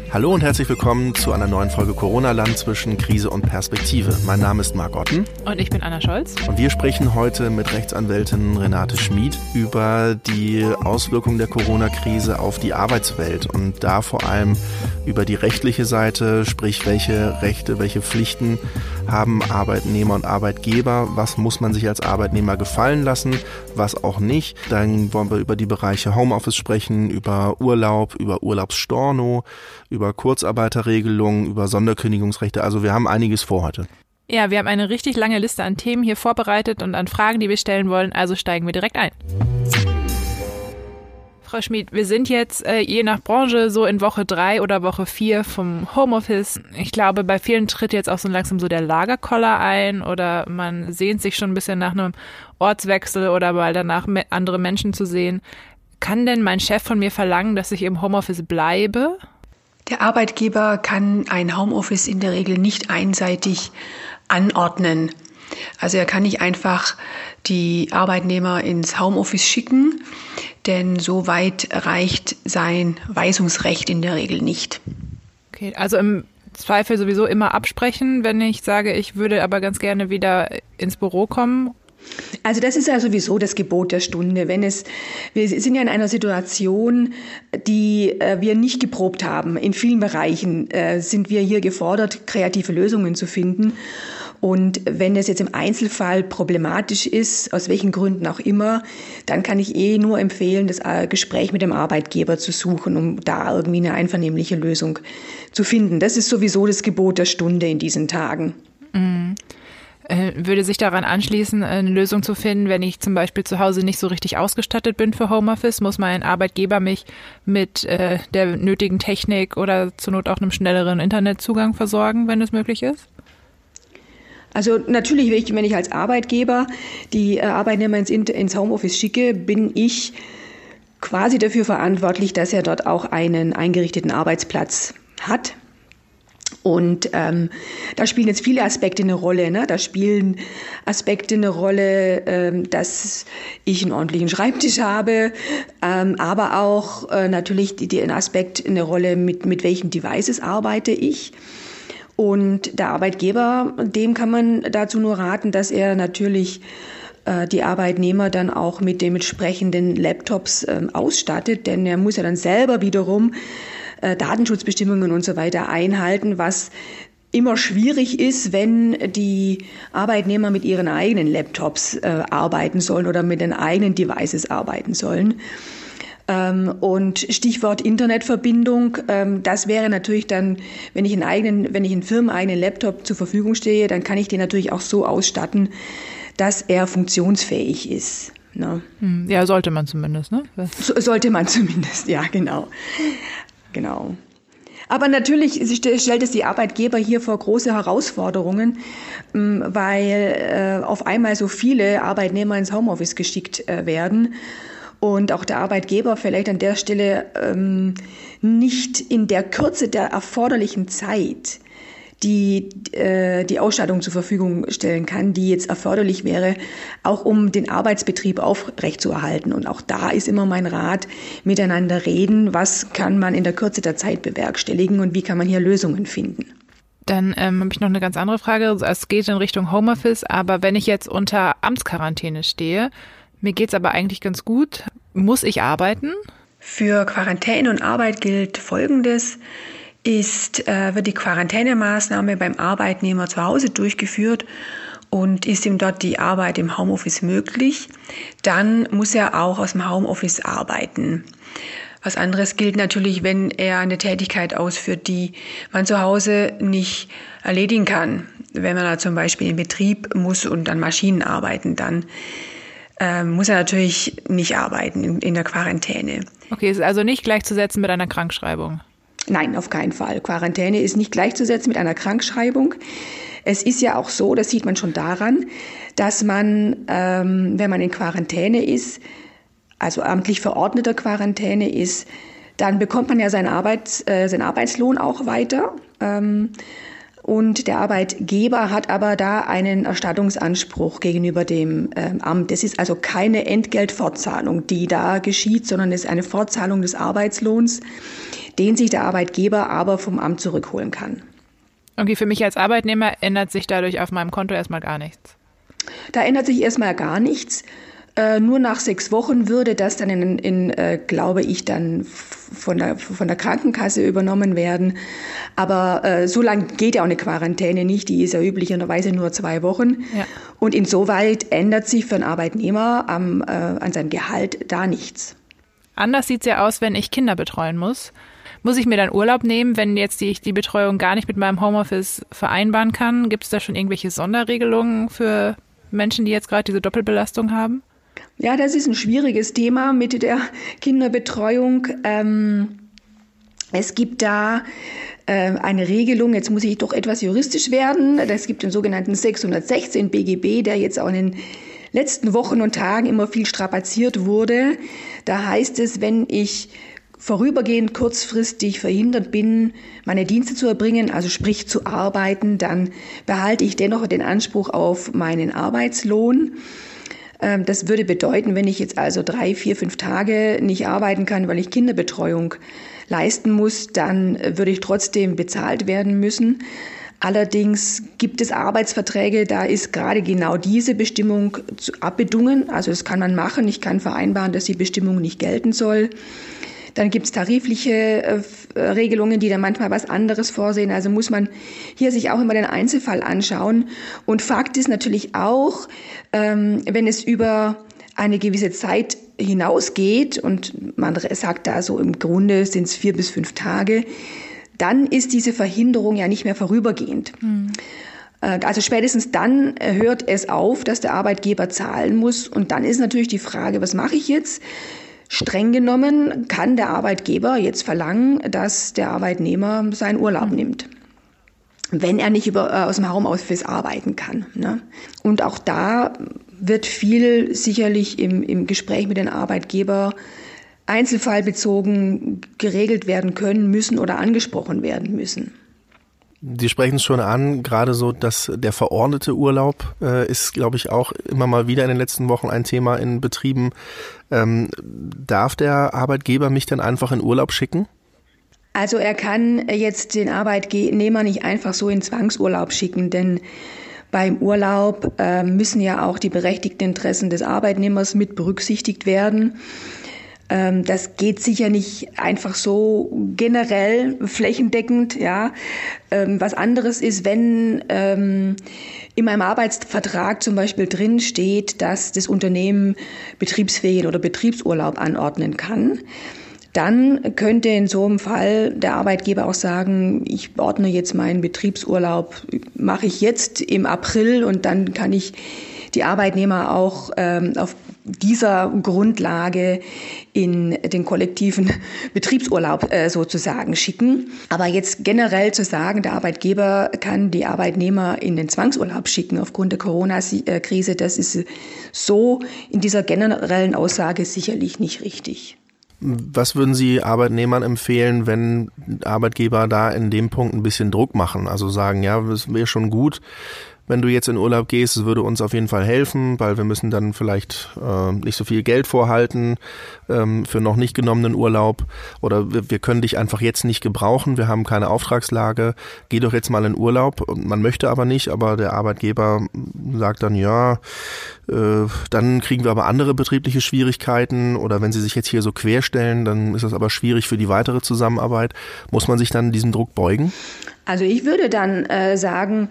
Hallo und herzlich willkommen zu einer neuen Folge Corona-Land zwischen Krise und Perspektive. Mein Name ist Marc Otten. Und ich bin Anna Scholz. Und wir sprechen heute mit Rechtsanwältin Renate Schmid über die Auswirkungen der Corona-Krise auf die Arbeitswelt und da vor allem über die rechtliche Seite, sprich welche Rechte, welche Pflichten haben Arbeitnehmer und Arbeitgeber, was muss man sich als Arbeitnehmer gefallen lassen, was auch nicht. Dann wollen wir über die Bereiche Homeoffice sprechen, über Urlaub, über Urlaubsstorno, über Kurzarbeiterregelungen, über Sonderkündigungsrechte. Also wir haben einiges vor heute. Ja, wir haben eine richtig lange Liste an Themen hier vorbereitet und an Fragen, die wir stellen wollen. Also steigen wir direkt ein. Frau Schmid, wir sind jetzt je nach Branche so in Woche 3 oder Woche 4 vom Homeoffice. Ich glaube, bei vielen tritt jetzt auch so langsam so der Lagerkoller ein oder man sehnt sich schon ein bisschen nach einem Ortswechsel oder mal danach andere Menschen zu sehen. Kann denn mein Chef von mir verlangen, dass ich im Homeoffice bleibe? Der Arbeitgeber kann ein Homeoffice in der Regel nicht einseitig anordnen. Also er kann nicht einfach die Arbeitnehmer ins Homeoffice schicken, denn so weit reicht sein Weisungsrecht in der Regel nicht. Okay, also im Zweifel sowieso immer absprechen, wenn ich sage, ich würde aber ganz gerne wieder ins Büro kommen. Also das ist ja sowieso das Gebot der Stunde. Wir sind ja in einer Situation, die wir nicht geprobt haben. In vielen Bereichen sind wir hier gefordert, kreative Lösungen zu finden. Und wenn es jetzt im Einzelfall problematisch ist, aus welchen Gründen auch immer, dann kann ich nur empfehlen, das Gespräch mit dem Arbeitgeber zu suchen, um da irgendwie eine einvernehmliche Lösung zu finden. Das ist sowieso das Gebot der Stunde in diesen Tagen. Mhm. Würde sich daran anschließen, eine Lösung zu finden, wenn ich zum Beispiel zu Hause nicht so richtig ausgestattet bin für Homeoffice, muss mein Arbeitgeber mich mit der nötigen Technik oder zur Not auch einem schnelleren Internetzugang versorgen, wenn es möglich ist? Also natürlich, wenn ich als Arbeitgeber die Arbeitnehmer ins Homeoffice schicke, bin ich quasi dafür verantwortlich, dass er dort auch einen eingerichteten Arbeitsplatz hat. Und da spielen jetzt viele Aspekte eine Rolle. Ne? Da spielen Aspekte eine Rolle, dass ich einen ordentlichen Schreibtisch habe, aber auch natürlich den Aspekt eine Rolle, mit welchen Devices arbeite ich. Und der Arbeitgeber, dem kann man dazu nur raten, dass er natürlich die Arbeitnehmer dann auch mit den entsprechenden Laptops ausstattet, denn er muss ja dann selber wiederum Datenschutzbestimmungen und so weiter einhalten, was immer schwierig ist, wenn die Arbeitnehmer mit ihren eigenen Laptops arbeiten sollen oder mit den eigenen Devices arbeiten sollen. Und Stichwort Internetverbindung, das wäre natürlich dann, wenn ich einen firmeneigenen Laptop zur Verfügung stehe, dann kann ich den natürlich auch so ausstatten, dass er funktionsfähig ist. Ne? Ja, sollte man zumindest, ne? Sollte man zumindest, ja, genau. Genau. Aber natürlich stellt es die Arbeitgeber hier vor große Herausforderungen, weil auf einmal so viele Arbeitnehmer ins Homeoffice geschickt werden. Und auch der Arbeitgeber vielleicht an der Stelle nicht in der Kürze der erforderlichen Zeit die Ausstattung zur Verfügung stellen kann, die jetzt erforderlich wäre, auch um den Arbeitsbetrieb aufrechtzuerhalten. Und auch da ist immer mein Rat, miteinander reden, was kann man in der Kürze der Zeit bewerkstelligen und wie kann man hier Lösungen finden. Dann habe ich noch eine ganz andere Frage. Es geht in Richtung Homeoffice, aber wenn ich jetzt unter Amtsquarantäne stehe, mir geht's aber eigentlich ganz gut. Muss ich arbeiten? Für Quarantäne und Arbeit gilt Folgendes. Wird die Quarantänemaßnahme beim Arbeitnehmer zu Hause durchgeführt und ist ihm dort die Arbeit im Homeoffice möglich, dann muss er auch aus dem Homeoffice arbeiten. Was anderes gilt natürlich, wenn er eine Tätigkeit ausführt, die man zu Hause nicht erledigen kann. Wenn man da zum Beispiel in Betrieb muss und an Maschinen arbeiten, dann muss er natürlich nicht arbeiten in der Quarantäne. Okay, ist also nicht gleichzusetzen mit einer Krankschreibung? Nein, auf keinen Fall. Quarantäne ist nicht gleichzusetzen mit einer Krankschreibung. Es ist ja auch so, das sieht man schon daran, dass man, wenn man in Quarantäne ist, also amtlich verordneter Quarantäne ist, dann bekommt man ja seinen Arbeitslohn auch weiter. Und der Arbeitgeber hat aber da einen Erstattungsanspruch gegenüber dem Amt. Das ist also keine Entgeltfortzahlung, die da geschieht, sondern es ist eine Fortzahlung des Arbeitslohns, den sich der Arbeitgeber aber vom Amt zurückholen kann. Okay, für mich als Arbeitnehmer ändert sich dadurch auf meinem Konto erstmal gar nichts. Da ändert sich erstmal gar nichts. Nur nach 6 Wochen würde das dann glaube ich, dann von der Krankenkasse übernommen werden. Aber so lange geht ja auch eine Quarantäne nicht. Die ist ja üblicherweise nur 2 Wochen. Ja. Und insoweit ändert sich für einen Arbeitnehmer an seinem Gehalt da nichts. Anders sieht es ja aus, wenn ich Kinder betreuen muss. Muss ich mir dann Urlaub nehmen, wenn jetzt ich die Betreuung gar nicht mit meinem Homeoffice vereinbaren kann? Gibt es da schon irgendwelche Sonderregelungen für Menschen, die jetzt gerade diese Doppelbelastung haben? Ja, das ist ein schwieriges Thema mit der Kinderbetreuung. Es gibt da eine Regelung, jetzt muss ich doch etwas juristisch werden. Es gibt den sogenannten 616 BGB, der jetzt auch in den letzten Wochen und Tagen immer viel strapaziert wurde. Da heißt es, wenn ich vorübergehend kurzfristig verhindert bin, meine Dienste zu erbringen, also sprich zu arbeiten, dann behalte ich dennoch den Anspruch auf meinen Arbeitslohn. Das würde bedeuten, wenn ich jetzt also 3, 4, 5 Tage nicht arbeiten kann, weil ich Kinderbetreuung leisten muss, dann würde ich trotzdem bezahlt werden müssen. Allerdings gibt es Arbeitsverträge, da ist gerade genau diese Bestimmung abbedungen. Also das kann man machen. Ich kann vereinbaren, dass die Bestimmung nicht gelten soll. Dann gibt es tarifliche Regelungen, die dann manchmal was anderes vorsehen. Also muss man hier sich auch immer den Einzelfall anschauen. Und Fakt ist natürlich auch, wenn es über eine gewisse Zeit hinausgeht und man sagt da so im Grunde sind es 4 bis 5 Tage, dann ist diese Verhinderung ja nicht mehr vorübergehend. Also spätestens dann hört es auf, dass der Arbeitgeber zahlen muss. Und dann ist natürlich die Frage, was mache ich jetzt? Streng genommen kann der Arbeitgeber jetzt verlangen, dass der Arbeitnehmer seinen Urlaub nimmt, wenn er nicht aus dem Homeoffice arbeiten kann. Ne? Und auch da wird viel sicherlich im Gespräch mit dem Arbeitgeber einzelfallbezogen geregelt werden können müssen oder angesprochen werden müssen. Sie sprechen es schon an, gerade so, dass der verordnete Urlaub ist, glaube ich, auch immer mal wieder in den letzten Wochen ein Thema in Betrieben. Darf der Arbeitgeber mich dann einfach in Urlaub schicken? Also er kann jetzt den Arbeitnehmer nicht einfach so in Zwangsurlaub schicken, denn beim Urlaub müssen ja auch die berechtigten Interessen des Arbeitnehmers mit berücksichtigt werden. Das geht sicher nicht einfach so generell flächendeckend, ja. Was anderes ist, wenn in meinem Arbeitsvertrag zum Beispiel drin steht, dass das Unternehmen Betriebsferien oder Betriebsurlaub anordnen kann. Dann könnte in so einem Fall der Arbeitgeber auch sagen, ich ordne jetzt meinen Betriebsurlaub, mache ich jetzt im April und dann kann ich die Arbeitnehmer auch auf dieser Grundlage in den kollektiven Betriebsurlaub sozusagen schicken. Aber jetzt generell zu sagen, der Arbeitgeber kann die Arbeitnehmer in den Zwangsurlaub schicken aufgrund der Corona-Krise, das ist so in dieser generellen Aussage sicherlich nicht richtig. Was würden Sie Arbeitnehmern empfehlen, wenn Arbeitgeber da in dem Punkt ein bisschen Druck machen? Also sagen, ja, das wäre schon gut, wenn du jetzt in Urlaub gehst, es würde uns auf jeden Fall helfen, weil wir müssen dann vielleicht nicht so viel Geld vorhalten für noch nicht genommenen Urlaub oder wir können dich einfach jetzt nicht gebrauchen, wir haben keine Auftragslage, geh doch jetzt mal in Urlaub. Und man möchte aber nicht, aber der Arbeitgeber sagt dann, ja, dann kriegen wir aber andere betriebliche Schwierigkeiten oder wenn sie sich jetzt hier so querstellen, dann ist das aber schwierig für die weitere Zusammenarbeit. Muss man sich dann diesem Druck beugen? Also ich würde dann sagen,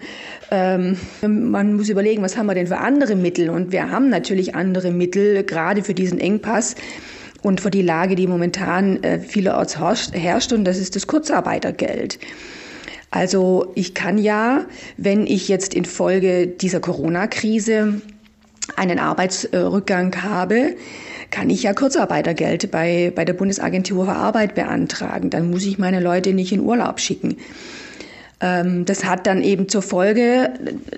man muss überlegen, was haben wir denn für andere Mittel? Und wir haben natürlich andere Mittel, gerade für diesen Engpass und für die Lage, die momentan vielerorts herrscht, und das ist das Kurzarbeitergeld. Also ich kann ja, wenn ich jetzt infolge dieser Corona-Krise einen Arbeitsrückgang habe, kann ich ja Kurzarbeitergeld bei der Bundesagentur für Arbeit beantragen. Dann muss ich meine Leute nicht in Urlaub schicken. Das hat dann eben zur Folge,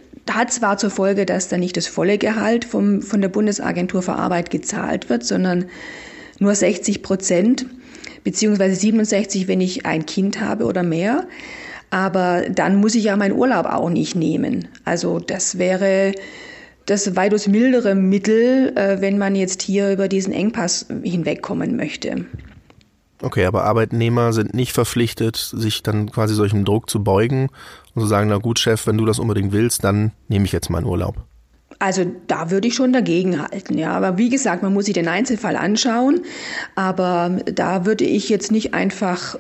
dass dann nicht das volle Gehalt von der Bundesagentur für Arbeit gezahlt wird, sondern nur 60%, beziehungsweise 67%, wenn ich ein Kind habe oder mehr. Aber dann muss ich ja meinen Urlaub auch nicht nehmen. Also das wäre das weitaus mildere Mittel, wenn man jetzt hier über diesen Engpass hinwegkommen möchte. Okay, aber Arbeitnehmer sind nicht verpflichtet, sich dann quasi solchem Druck zu beugen und zu sagen, na gut, Chef, wenn du das unbedingt willst, dann nehme ich jetzt meinen Urlaub. Also da würde ich schon dagegen halten, ja. Aber wie gesagt, man muss sich den Einzelfall anschauen. Aber da würde ich jetzt nicht einfach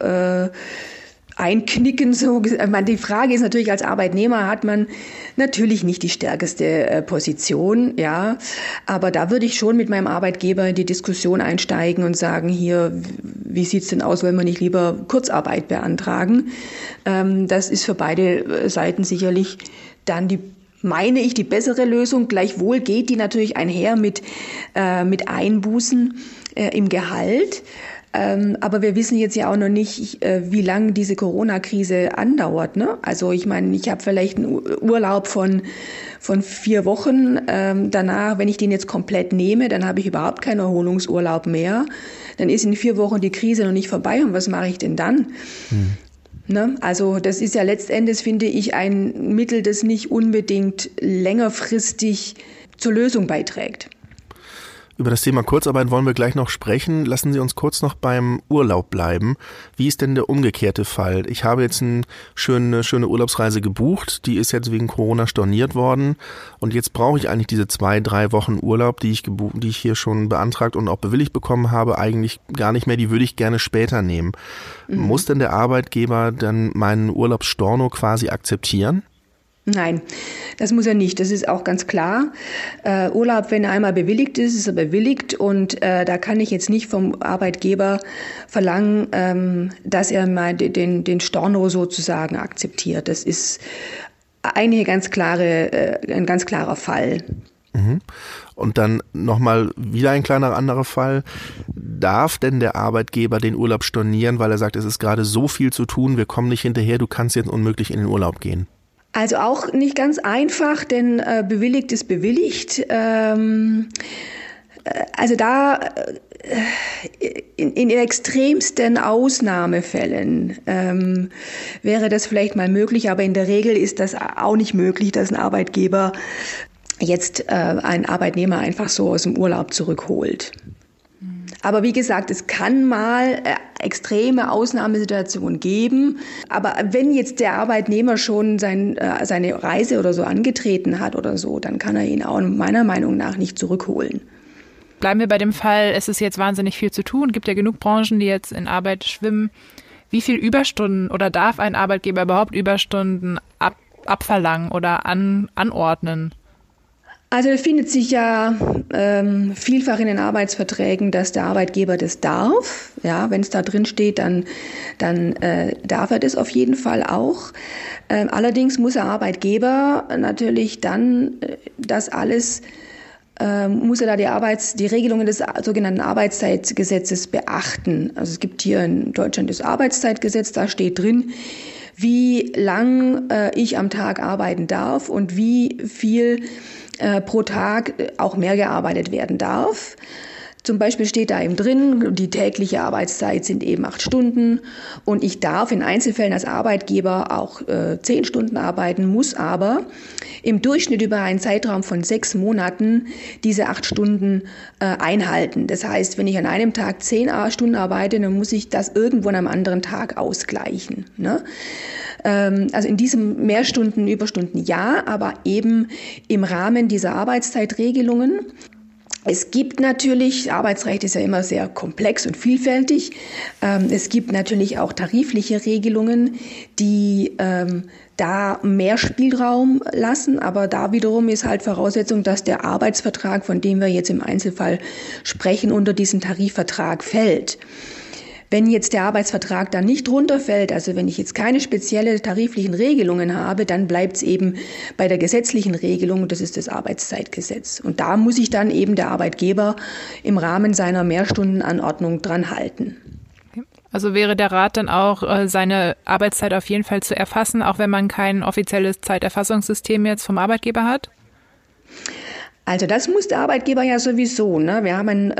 einknicken. So. Die Frage ist natürlich, als Arbeitnehmer hat man natürlich nicht die stärkste Position, ja. Aber da würde ich schon mit meinem Arbeitgeber in die Diskussion einsteigen und sagen, hier, wie sieht's denn aus, wollen wir nicht lieber Kurzarbeit beantragen? Das ist für beide Seiten sicherlich dann die bessere Lösung. Gleichwohl geht die natürlich einher mit Einbußen im Gehalt. Aber wir wissen jetzt ja auch noch nicht, wie lange diese Corona-Krise andauert, ne? Also ich meine, ich habe vielleicht einen Urlaub von 4 Wochen. Danach, wenn ich den jetzt komplett nehme, dann habe ich überhaupt keinen Erholungsurlaub mehr. Dann ist in 4 Wochen die Krise noch nicht vorbei. Und was mache ich denn dann? Ne? Also das ist ja letztendlich, finde ich, ein Mittel, das nicht unbedingt längerfristig zur Lösung beiträgt. Über das Thema Kurzarbeit wollen wir gleich noch sprechen. Lassen Sie uns kurz noch beim Urlaub bleiben. Wie ist denn der umgekehrte Fall? Ich habe jetzt eine schöne Urlaubsreise gebucht. Die ist jetzt wegen Corona storniert worden. Und jetzt brauche ich eigentlich diese 2-3 Wochen Urlaub, die ich hier schon beantragt und auch bewilligt bekommen habe, eigentlich gar nicht mehr. Die würde ich gerne später nehmen. Muss denn der Arbeitgeber dann meinen Urlaubsstorno quasi akzeptieren? Nein, das muss er nicht. Das ist auch ganz klar. Urlaub, wenn er einmal bewilligt ist, ist er bewilligt. Und da kann ich jetzt nicht vom Arbeitgeber verlangen, dass er mal den Storno sozusagen akzeptiert. Das ist ein ganz klarer Fall. Und dann nochmal wieder ein kleiner anderer Fall. Darf denn der Arbeitgeber den Urlaub stornieren, weil er sagt, es ist gerade so viel zu tun, wir kommen nicht hinterher, du kannst jetzt unmöglich in den Urlaub gehen? Also auch nicht ganz einfach, denn bewilligt ist bewilligt. Also da in extremsten Ausnahmefällen wäre das vielleicht mal möglich, aber in der Regel ist das auch nicht möglich, dass ein Arbeitgeber jetzt einen Arbeitnehmer einfach so aus dem Urlaub zurückholt. Aber wie gesagt, es kann mal extreme Ausnahmesituationen geben. Aber wenn jetzt der Arbeitnehmer schon seine Reise oder so angetreten hat oder so, dann kann er ihn auch meiner Meinung nach nicht zurückholen. Bleiben wir bei dem Fall, es ist jetzt wahnsinnig viel zu tun. Gibt ja genug Branchen, die jetzt in Arbeit schwimmen. Wie viel Überstunden oder darf ein Arbeitgeber überhaupt Überstunden abverlangen oder anordnen? Also es findet sich ja vielfach in den Arbeitsverträgen, dass der Arbeitgeber das darf. Ja, wenn es da drin steht, dann darf er das auf jeden Fall auch. Allerdings muss der Arbeitgeber natürlich dann das alles muss er da die Regelungen des sogenannten Arbeitszeitgesetzes beachten. Also es gibt hier in Deutschland das Arbeitszeitgesetz, da steht drin, wie lang ich am Tag arbeiten darf und wie viel pro Tag auch mehr gearbeitet werden darf. Zum Beispiel steht da eben drin, die tägliche Arbeitszeit sind eben 8 Stunden und ich darf in Einzelfällen als Arbeitgeber auch 10 Stunden arbeiten, muss aber im Durchschnitt über einen Zeitraum von 6 Monaten diese 8 Stunden einhalten. Das heißt, wenn ich an einem Tag 10 Stunden arbeite, dann muss ich das irgendwo an einem anderen Tag ausgleichen, ne? Also in diesem Mehrstunden, Überstunden ja, aber eben im Rahmen dieser Arbeitszeitregelungen. Es gibt natürlich, Arbeitsrecht ist ja immer sehr komplex und vielfältig, es gibt natürlich auch tarifliche Regelungen, die da mehr Spielraum lassen, aber da wiederum ist halt Voraussetzung, dass der Arbeitsvertrag, von dem wir jetzt im Einzelfall sprechen, unter diesen Tarifvertrag fällt. Wenn jetzt der Arbeitsvertrag da nicht runterfällt, also wenn ich jetzt keine spezielle tariflichen Regelungen habe, dann bleibt es eben bei der gesetzlichen Regelung, das ist das Arbeitszeitgesetz. Und da muss sich dann eben der Arbeitgeber im Rahmen seiner Mehrstundenanordnung dran halten. Also wäre der Rat dann auch, seine Arbeitszeit auf jeden Fall zu erfassen, auch wenn man kein offizielles Zeiterfassungssystem jetzt vom Arbeitgeber hat? Also das muss der Arbeitgeber ja sowieso. Ne? Wir haben ein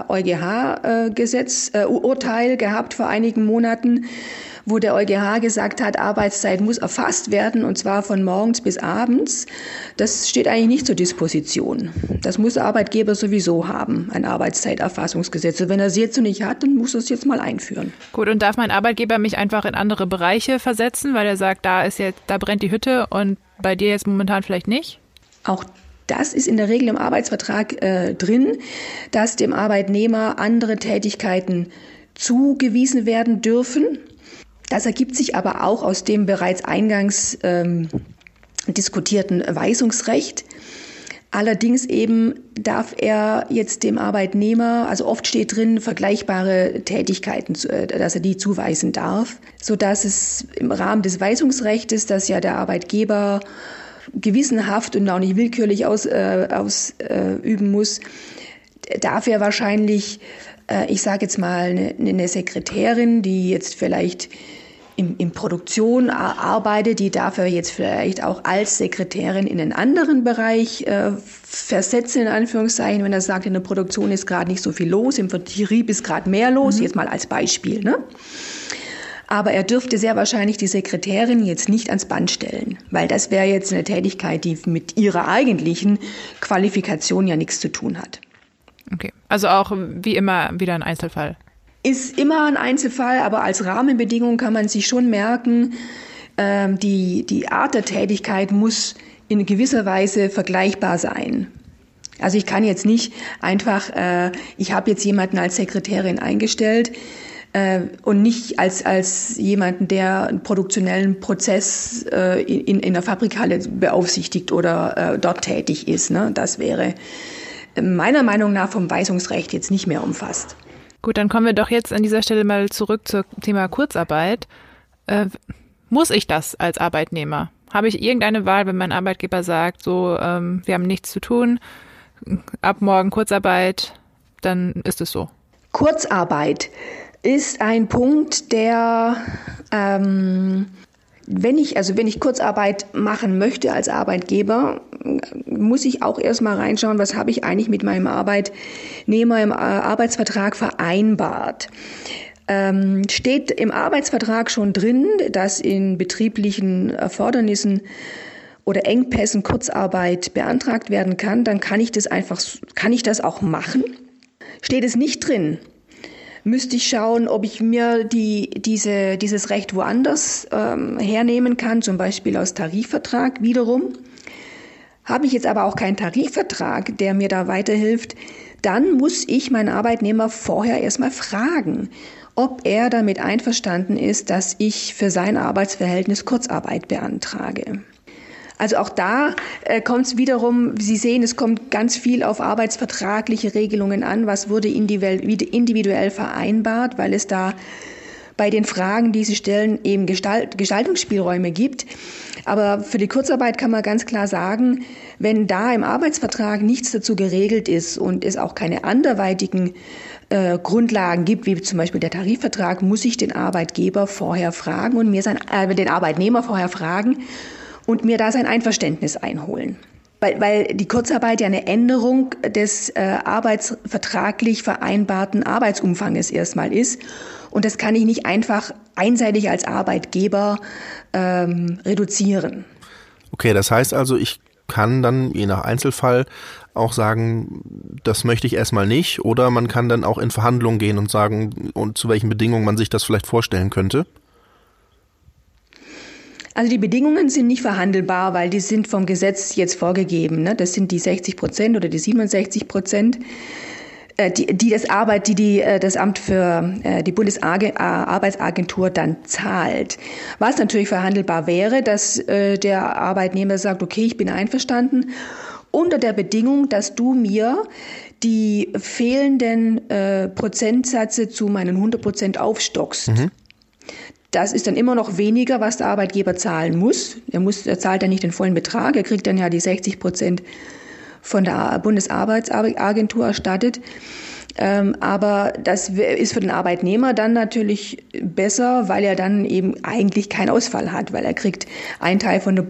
EuGH-Urteil gehabt vor einigen Monaten, wo der EuGH gesagt hat, Arbeitszeit muss erfasst werden, und zwar von morgens bis abends. Das steht eigentlich nicht zur Disposition. Das muss der Arbeitgeber sowieso haben, ein Arbeitszeiterfassungsgesetz. Und wenn er es jetzt noch nicht hat, dann muss er es jetzt mal einführen. Gut, und darf mein Arbeitgeber mich einfach in andere Bereiche versetzen, weil er sagt, da brennt die Hütte und bei dir jetzt momentan vielleicht nicht? Auch das ist in der Regel im Arbeitsvertrag drin, dass dem Arbeitnehmer andere Tätigkeiten zugewiesen werden dürfen. Das ergibt sich aber auch aus dem bereits eingangs diskutierten Weisungsrecht. Allerdings eben darf er jetzt dem Arbeitnehmer, also oft steht drin, vergleichbare Tätigkeiten, dass er die zuweisen darf, sodass es im Rahmen des Weisungsrechtes, das ja der Arbeitgeber gewissenhaft und auch nicht willkürlich ausüben muss, darf er wahrscheinlich, ich sage jetzt mal, eine Sekretärin, die jetzt vielleicht in Produktion arbeitet, die darf er jetzt vielleicht auch als Sekretärin in einen anderen Bereich versetzen, in Anführungszeichen, wenn er sagt, in der Produktion ist gerade nicht so viel los, im Vertrieb ist gerade mehr los, jetzt mal als Beispiel, ne? Aber er dürfte sehr wahrscheinlich die Sekretärin jetzt nicht ans Band stellen, weil das wäre jetzt eine Tätigkeit, die mit ihrer eigentlichen Qualifikation ja nichts zu tun hat. Okay, also auch wie immer wieder ein Einzelfall. Ist immer ein Einzelfall, aber als Rahmenbedingung kann man sich schon merken, die Art der Tätigkeit muss in gewisser Weise vergleichbar sein. Also ich kann jetzt nicht einfach, ich habe jetzt jemanden als Sekretärin eingestellt, und nicht als jemanden, der einen produktionellen Prozess in der Fabrikhalle beaufsichtigt oder dort tätig ist. Ne? Das wäre meiner Meinung nach vom Weisungsrecht jetzt nicht mehr umfasst. Gut, dann kommen wir doch jetzt an dieser Stelle mal zurück zum Thema Kurzarbeit. Muss ich das als Arbeitnehmer? Habe ich irgendeine Wahl, wenn mein Arbeitgeber sagt, so, wir haben nichts zu tun, ab morgen Kurzarbeit, dann ist es so? Kurzarbeit ist ein Punkt, der, wenn ich Kurzarbeit machen möchte als Arbeitgeber, muss ich auch erstmal reinschauen, was habe ich eigentlich mit meinem Arbeitnehmer im Arbeitsvertrag vereinbart. Steht im Arbeitsvertrag schon drin, dass in betrieblichen Erfordernissen oder Engpässen Kurzarbeit beantragt werden kann, dann kann ich das auch machen. Steht es nicht drin, müsste ich schauen, ob ich mir dieses Recht woanders hernehmen kann, zum Beispiel aus Tarifvertrag wiederum. Habe ich jetzt aber auch keinen Tarifvertrag, der mir da weiterhilft, dann muss ich meinen Arbeitnehmer vorher erstmal fragen, ob er damit einverstanden ist, dass ich für sein Arbeitsverhältnis Kurzarbeit beantrage. Also auch da kommt es wiederum, Sie sehen, es kommt ganz viel auf arbeitsvertragliche Regelungen an, was wurde individuell vereinbart, weil es da bei den Fragen, die Sie stellen, eben Gestaltungsspielräume gibt. Aber für die Kurzarbeit kann man ganz klar sagen, wenn da im Arbeitsvertrag nichts dazu geregelt ist und es auch keine anderweitigen Grundlagen gibt, wie zum Beispiel der Tarifvertrag, muss ich den Arbeitgeber vorher fragen und den Arbeitnehmer vorher fragen und mir da sein Einverständnis einholen. Weil die Kurzarbeit ja eine Änderung des arbeitsvertraglich vereinbarten Arbeitsumfanges erstmal ist. Und das kann ich nicht einfach einseitig als Arbeitgeber reduzieren. Okay, das heißt also, ich kann dann je nach Einzelfall auch sagen, das möchte ich erstmal nicht. Oder man kann dann auch in Verhandlungen gehen und sagen, und zu welchen Bedingungen man sich das vielleicht vorstellen könnte. Also die Bedingungen sind nicht verhandelbar, weil die sind vom Gesetz jetzt vorgegeben. Ne? Das sind die 60% oder die 67%, die das Amt für die Bundesarbeitsagentur dann zahlt. Was natürlich verhandelbar wäre, dass der Arbeitnehmer sagt, okay, ich bin einverstanden, unter der Bedingung, dass du mir die fehlenden Prozentsätze zu meinen 100% aufstockst. Mhm. Das ist dann immer noch weniger, was der Arbeitgeber zahlen muss. Er zahlt ja nicht den vollen Betrag, er kriegt dann ja die 60% von der Bundesarbeitsagentur erstattet. Aber das ist für den Arbeitnehmer dann natürlich besser, weil er dann eben eigentlich keinen Ausfall hat, weil er kriegt einen Teil von der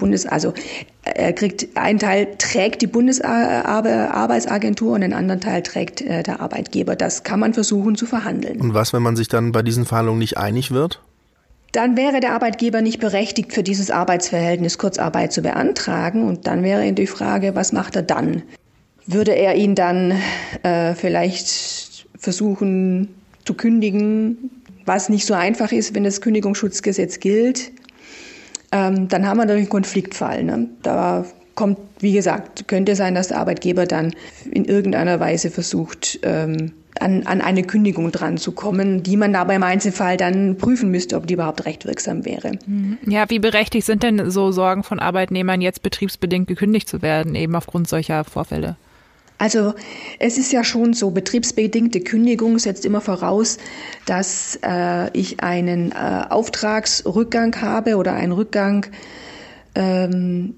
einen Teil trägt die Bundesarbeitsagentur und den anderen Teil trägt der Arbeitgeber. Das kann man versuchen zu verhandeln. Und was, wenn man sich dann bei diesen Verhandlungen nicht einig wird? Dann wäre der Arbeitgeber nicht berechtigt, für dieses Arbeitsverhältnis Kurzarbeit zu beantragen. Und dann wäre die Frage, was macht er dann? Würde er ihn dann vielleicht versuchen zu kündigen, was nicht so einfach ist, wenn das Kündigungsschutzgesetz gilt? Dann haben wir natürlich einen Konfliktfall. Ne? Da kommt, wie gesagt, könnte sein, dass der Arbeitgeber dann in irgendeiner Weise versucht, an eine Kündigung dran zu kommen, die man aber im Einzelfall dann prüfen müsste, ob die überhaupt rechtswirksam wäre. Ja, wie berechtigt sind denn so Sorgen von Arbeitnehmern, jetzt betriebsbedingt gekündigt zu werden, eben aufgrund solcher Vorfälle? Also es ist ja schon so, betriebsbedingte Kündigung setzt immer voraus, dass ich einen Auftragsrückgang habe oder einen Rückgang von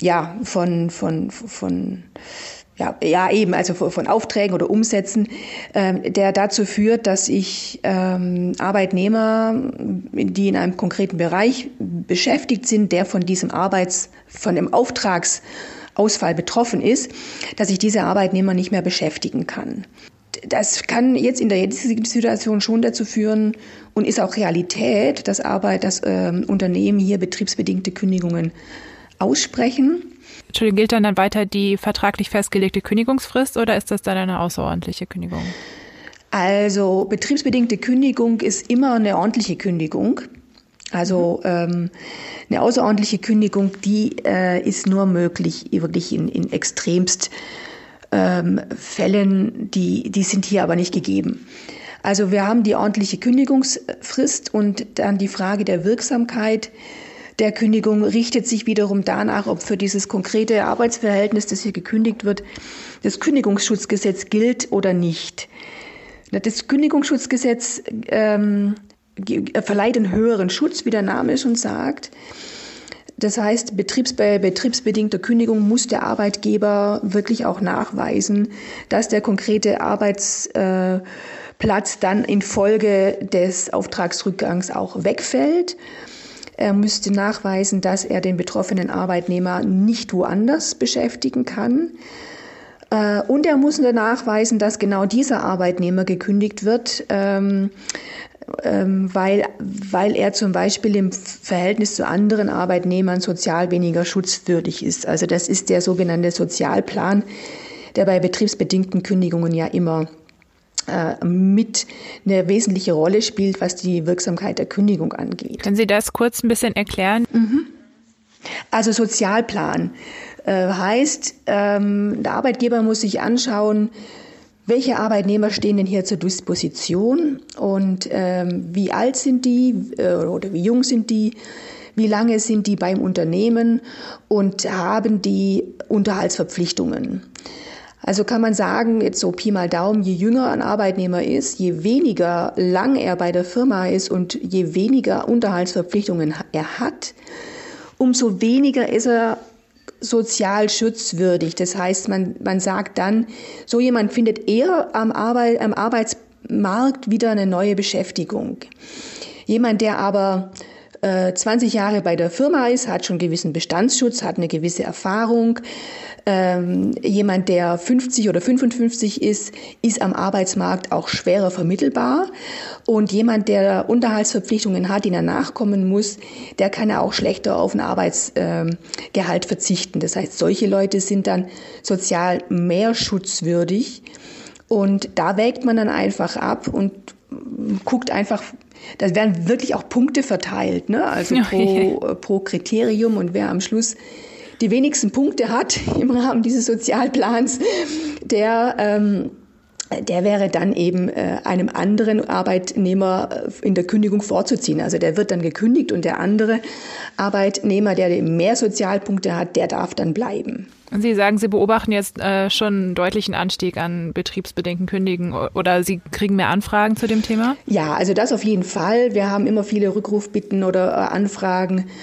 Aufträgen oder Umsätzen, der dazu führt, dass ich Arbeitnehmer, die in einem konkreten Bereich beschäftigt sind, der von dem Auftragsausfall betroffen ist, dass ich diese Arbeitnehmer nicht mehr beschäftigen kann. Das kann jetzt in der jetzigen Situation schon dazu führen und ist auch Realität, dass Unternehmen hier betriebsbedingte Kündigungen aussprechen. Entschuldigung, gilt dann weiter die vertraglich festgelegte Kündigungsfrist oder ist das dann eine außerordentliche Kündigung? Also betriebsbedingte Kündigung ist immer eine ordentliche Kündigung. Also eine außerordentliche Kündigung, die ist nur möglich wirklich in extremst Fällen, die sind hier aber nicht gegeben. Also wir haben die ordentliche Kündigungsfrist und dann die Frage der Wirksamkeit der Kündigung richtet sich wiederum danach, ob für dieses konkrete Arbeitsverhältnis, das hier gekündigt wird, das Kündigungsschutzgesetz gilt oder nicht. Das Kündigungsschutzgesetz verleiht einen höheren Schutz, wie der Name schon sagt. Das heißt, bei betriebsbedingter Kündigung muss der Arbeitgeber wirklich auch nachweisen, dass der konkrete Arbeitsplatz dann infolge des Auftragsrückgangs auch wegfällt. Er müsste nachweisen, dass er den betroffenen Arbeitnehmer nicht woanders beschäftigen kann. Und er muss nachweisen, dass genau dieser Arbeitnehmer gekündigt wird, weil er zum Beispiel im Verhältnis zu anderen Arbeitnehmern sozial weniger schutzwürdig ist. Also das ist der sogenannte Sozialplan, der bei betriebsbedingten Kündigungen ja immer mit eine wesentliche Rolle spielt, was die Wirksamkeit der Kündigung angeht. Können Sie das kurz ein bisschen erklären? Also Sozialplan heißt, der Arbeitgeber muss sich anschauen, welche Arbeitnehmer stehen denn hier zur Disposition und wie alt sind die oder wie jung sind die, wie lange sind die beim Unternehmen und haben die Unterhaltsverpflichtungen. Also kann man sagen, jetzt so Pi mal Daumen, je jünger ein Arbeitnehmer ist, je weniger lang er bei der Firma ist und je weniger Unterhaltsverpflichtungen er hat, umso weniger ist er sozial schutzwürdig. Das heißt, man sagt dann, so jemand findet eher am Arbeitsmarkt wieder eine neue Beschäftigung. Jemand, der aber 20 Jahre bei der Firma ist, hat schon gewissen Bestandsschutz, hat eine gewisse Erfahrung. Jemand, der 50 oder 55 ist am Arbeitsmarkt auch schwerer vermittelbar. Und jemand, der Unterhaltsverpflichtungen hat, denen er nachkommen muss, der kann ja auch schlechter auf ein Arbeitsgehalt verzichten. Das heißt, solche Leute sind dann sozial mehr schutzwürdig. Und da wägt man dann einfach ab und guckt einfach, da werden wirklich auch Punkte verteilt, ne? Also pro Kriterium, und wer am Schluss die wenigsten Punkte hat im Rahmen dieses Sozialplans, der wäre dann eben einem anderen Arbeitnehmer in der Kündigung vorzuziehen. Also der wird dann gekündigt und der andere Arbeitnehmer, der eben mehr Sozialpunkte hat, der darf dann bleiben. Und Sie sagen, Sie beobachten jetzt schon einen deutlichen Anstieg an betriebsbedingten Kündigen oder Sie kriegen mehr Anfragen zu dem Thema? Ja, also das auf jeden Fall. Wir haben immer viele Rückrufbitten oder Anfragen.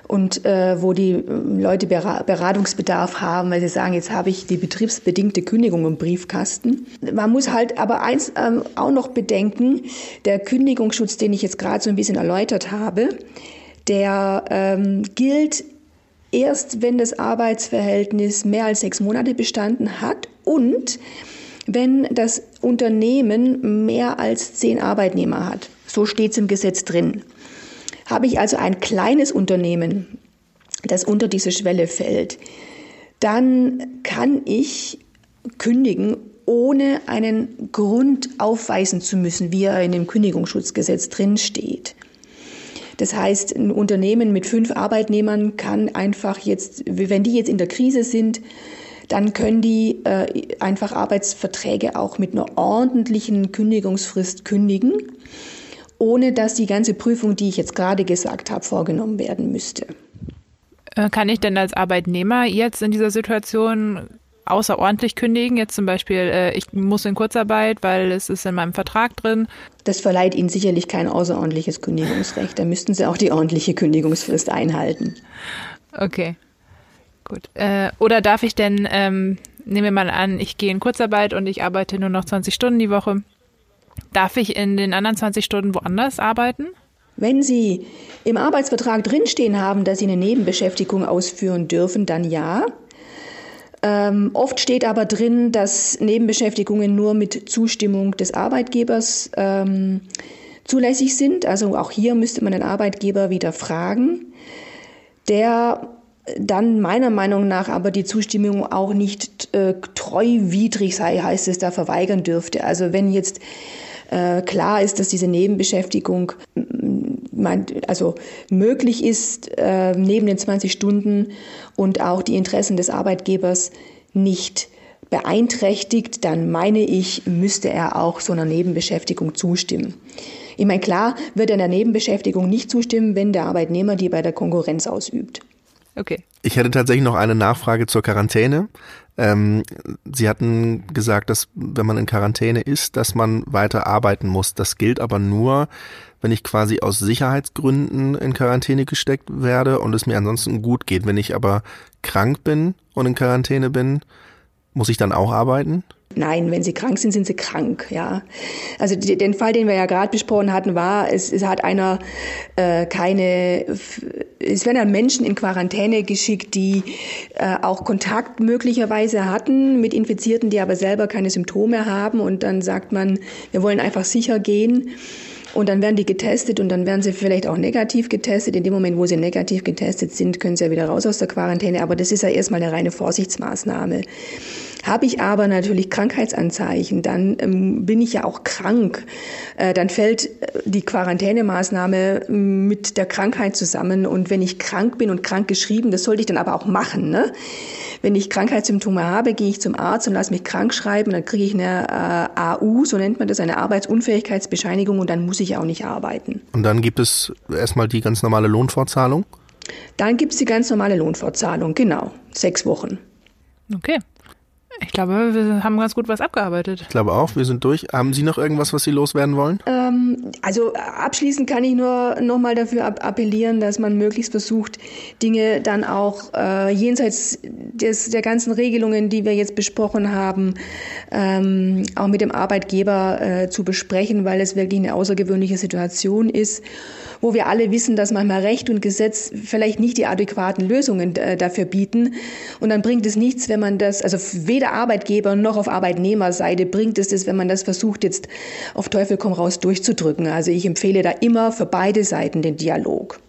und wo die Leute Beratungsbedarf haben, weil sie sagen, jetzt habe ich die betriebsbedingte Kündigung im Briefkasten. Man muss halt aber eins auch noch bedenken, der Kündigungsschutz, den ich jetzt gerade so ein bisschen erläutert habe, der gilt erst, wenn das Arbeitsverhältnis mehr als 6 Monate bestanden hat und wenn das Unternehmen mehr als 10 Arbeitnehmer hat. So steht es im Gesetz drin. Habe ich also ein kleines Unternehmen, das unter diese Schwelle fällt, dann kann ich kündigen, ohne einen Grund aufweisen zu müssen, wie er in dem Kündigungsschutzgesetz drin steht. Das heißt, ein Unternehmen mit 5 Arbeitnehmern kann einfach jetzt, wenn die jetzt in der Krise sind, dann können die einfach Arbeitsverträge auch mit einer ordentlichen Kündigungsfrist kündigen, ohne dass die ganze Prüfung, die ich jetzt gerade gesagt habe, vorgenommen werden müsste. Kann ich denn als Arbeitnehmer jetzt in dieser Situation außerordentlich kündigen? Jetzt zum Beispiel, ich muss in Kurzarbeit, weil es ist in meinem Vertrag drin. Das verleiht Ihnen sicherlich kein außerordentliches Kündigungsrecht. Da müssten Sie auch die ordentliche Kündigungsfrist einhalten. Okay. Gut. Oder darf ich denn, nehmen wir mal an, ich gehe in Kurzarbeit und ich arbeite nur noch 20 Stunden die Woche. Darf ich in den anderen 20 Stunden woanders arbeiten? Wenn Sie im Arbeitsvertrag drinstehen haben, dass Sie eine Nebenbeschäftigung ausführen dürfen, dann ja. Oft steht aber drin, dass Nebenbeschäftigungen nur mit Zustimmung des Arbeitgebers zulässig sind. Also auch hier müsste man den Arbeitgeber wieder fragen, der dann meiner Meinung nach aber die Zustimmung auch nicht treuwidrig sei, heißt es, da verweigern dürfte. Also wenn jetzt klar ist, dass diese Nebenbeschäftigung möglich ist neben den 20 Stunden und auch die Interessen des Arbeitgebers nicht beeinträchtigt, dann meine ich, müsste er auch so einer Nebenbeschäftigung zustimmen. Ich meine, klar wird er einer Nebenbeschäftigung nicht zustimmen, wenn der Arbeitnehmer die bei der Konkurrenz ausübt. Okay. Ich hätte tatsächlich noch eine Nachfrage zur Quarantäne. Sie hatten gesagt, dass wenn man in Quarantäne ist, dass man weiter arbeiten muss. Das gilt aber nur, wenn ich quasi aus Sicherheitsgründen in Quarantäne gesteckt werde und es mir ansonsten gut geht. Wenn ich aber krank bin und in Quarantäne bin, muss ich dann auch arbeiten? Nein, wenn Sie krank sind, sind Sie krank, ja. Also den Fall, den wir ja gerade besprochen hatten, war, es hat einer es werden dann Menschen in Quarantäne geschickt, die auch Kontakt möglicherweise hatten mit Infizierten, die aber selber keine Symptome haben, und dann sagt man, wir wollen einfach sicher gehen. Und dann werden die getestet und dann werden sie vielleicht auch negativ getestet. In dem Moment, wo sie negativ getestet sind, können sie ja wieder raus aus der Quarantäne. Aber das ist ja erstmal eine reine Vorsichtsmaßnahme. Habe ich aber natürlich Krankheitsanzeichen, dann bin ich ja auch krank. Dann fällt die Quarantänemaßnahme mit der Krankheit zusammen. Und wenn ich krank bin und krank geschrieben, das sollte ich dann aber auch machen, ne? Wenn ich Krankheitssymptome habe, gehe ich zum Arzt und lasse mich krank schreiben. Dann kriege ich eine AU, so nennt man das, eine Arbeitsunfähigkeitsbescheinigung, und dann muss ich auch nicht arbeiten. Und dann gibt es erstmal die ganz normale Lohnfortzahlung? Dann gibt es die ganz normale Lohnfortzahlung, genau, 6 Wochen. Okay. Ich glaube, wir haben ganz gut was abgearbeitet. Ich glaube auch, wir sind durch. Haben Sie noch irgendwas, was Sie loswerden wollen? Also abschließend kann ich nur noch mal dafür appellieren, dass man möglichst versucht, Dinge dann auch jenseits der ganzen Regelungen, die wir jetzt besprochen haben, auch mit dem Arbeitgeber zu besprechen, weil es wirklich eine außergewöhnliche Situation ist, wo wir alle wissen, dass manchmal Recht und Gesetz vielleicht nicht die adäquaten Lösungen dafür bieten. Und dann bringt es nichts, wenn man das, also weder Arbeitgeber noch auf Arbeitnehmerseite bringt es das, wenn man das versucht, jetzt auf Teufel komm raus durchzudrücken. Also ich empfehle da immer für beide Seiten den Dialog.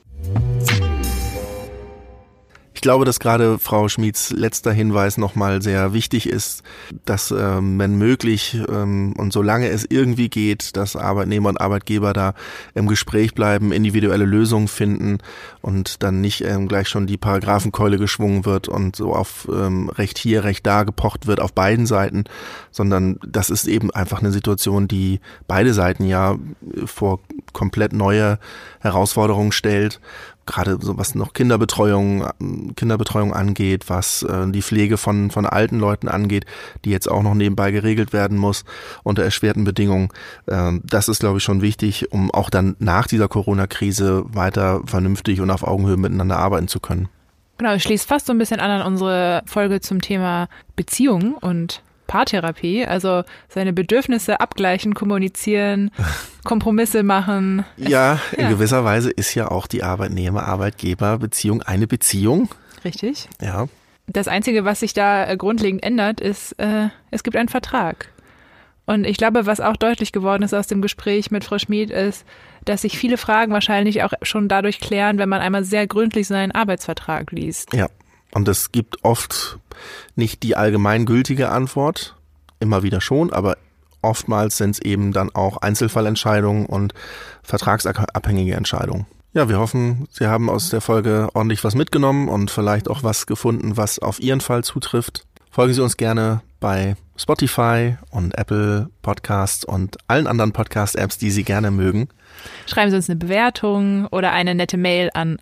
Ich glaube, dass gerade Frau Schmieds letzter Hinweis nochmal sehr wichtig ist, dass, wenn möglich und solange es irgendwie geht, dass Arbeitnehmer und Arbeitgeber da im Gespräch bleiben, individuelle Lösungen finden und dann nicht gleich schon die Paragraphenkeule geschwungen wird und so auf Recht hier, Recht da gepocht wird auf beiden Seiten, sondern das ist eben einfach eine Situation, die beide Seiten ja vor komplett neue Herausforderungen stellt. Gerade so was noch Kinderbetreuung angeht, was die Pflege von alten Leuten angeht, die jetzt auch noch nebenbei geregelt werden muss unter erschwerten Bedingungen. Das ist, glaube ich, schon wichtig, um auch dann nach dieser Corona-Krise weiter vernünftig und auf Augenhöhe miteinander arbeiten zu können. Genau, es schließt fast so ein bisschen an unsere Folge zum Thema Beziehung und Paartherapie, also seine Bedürfnisse abgleichen, kommunizieren, Kompromisse machen. Ja, in gewisser Weise ist ja auch die Arbeitnehmer-Arbeitgeber-Beziehung eine Beziehung. Richtig. Ja. Das Einzige, was sich da grundlegend ändert, ist, es gibt einen Vertrag. Und ich glaube, was auch deutlich geworden ist aus dem Gespräch mit Frau Schmid, ist, dass sich viele Fragen wahrscheinlich auch schon dadurch klären, wenn man einmal sehr gründlich seinen Arbeitsvertrag liest. Ja. Und es gibt oft nicht die allgemeingültige Antwort, immer wieder schon, aber oftmals sind es eben dann auch Einzelfallentscheidungen und vertragsabhängige Entscheidungen. Ja, wir hoffen, Sie haben aus der Folge ordentlich was mitgenommen und vielleicht auch was gefunden, was auf Ihren Fall zutrifft. Folgen Sie uns gerne bei Spotify und Apple Podcasts und allen anderen Podcast-Apps, die Sie gerne mögen. Schreiben Sie uns eine Bewertung oder eine nette Mail an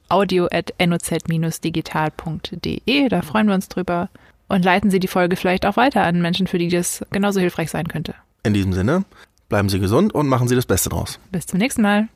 audio@noz-digital.de. Da freuen wir uns drüber. Und leiten Sie die Folge vielleicht auch weiter an Menschen, für die das genauso hilfreich sein könnte. In diesem Sinne, bleiben Sie gesund und machen Sie das Beste draus. Bis zum nächsten Mal.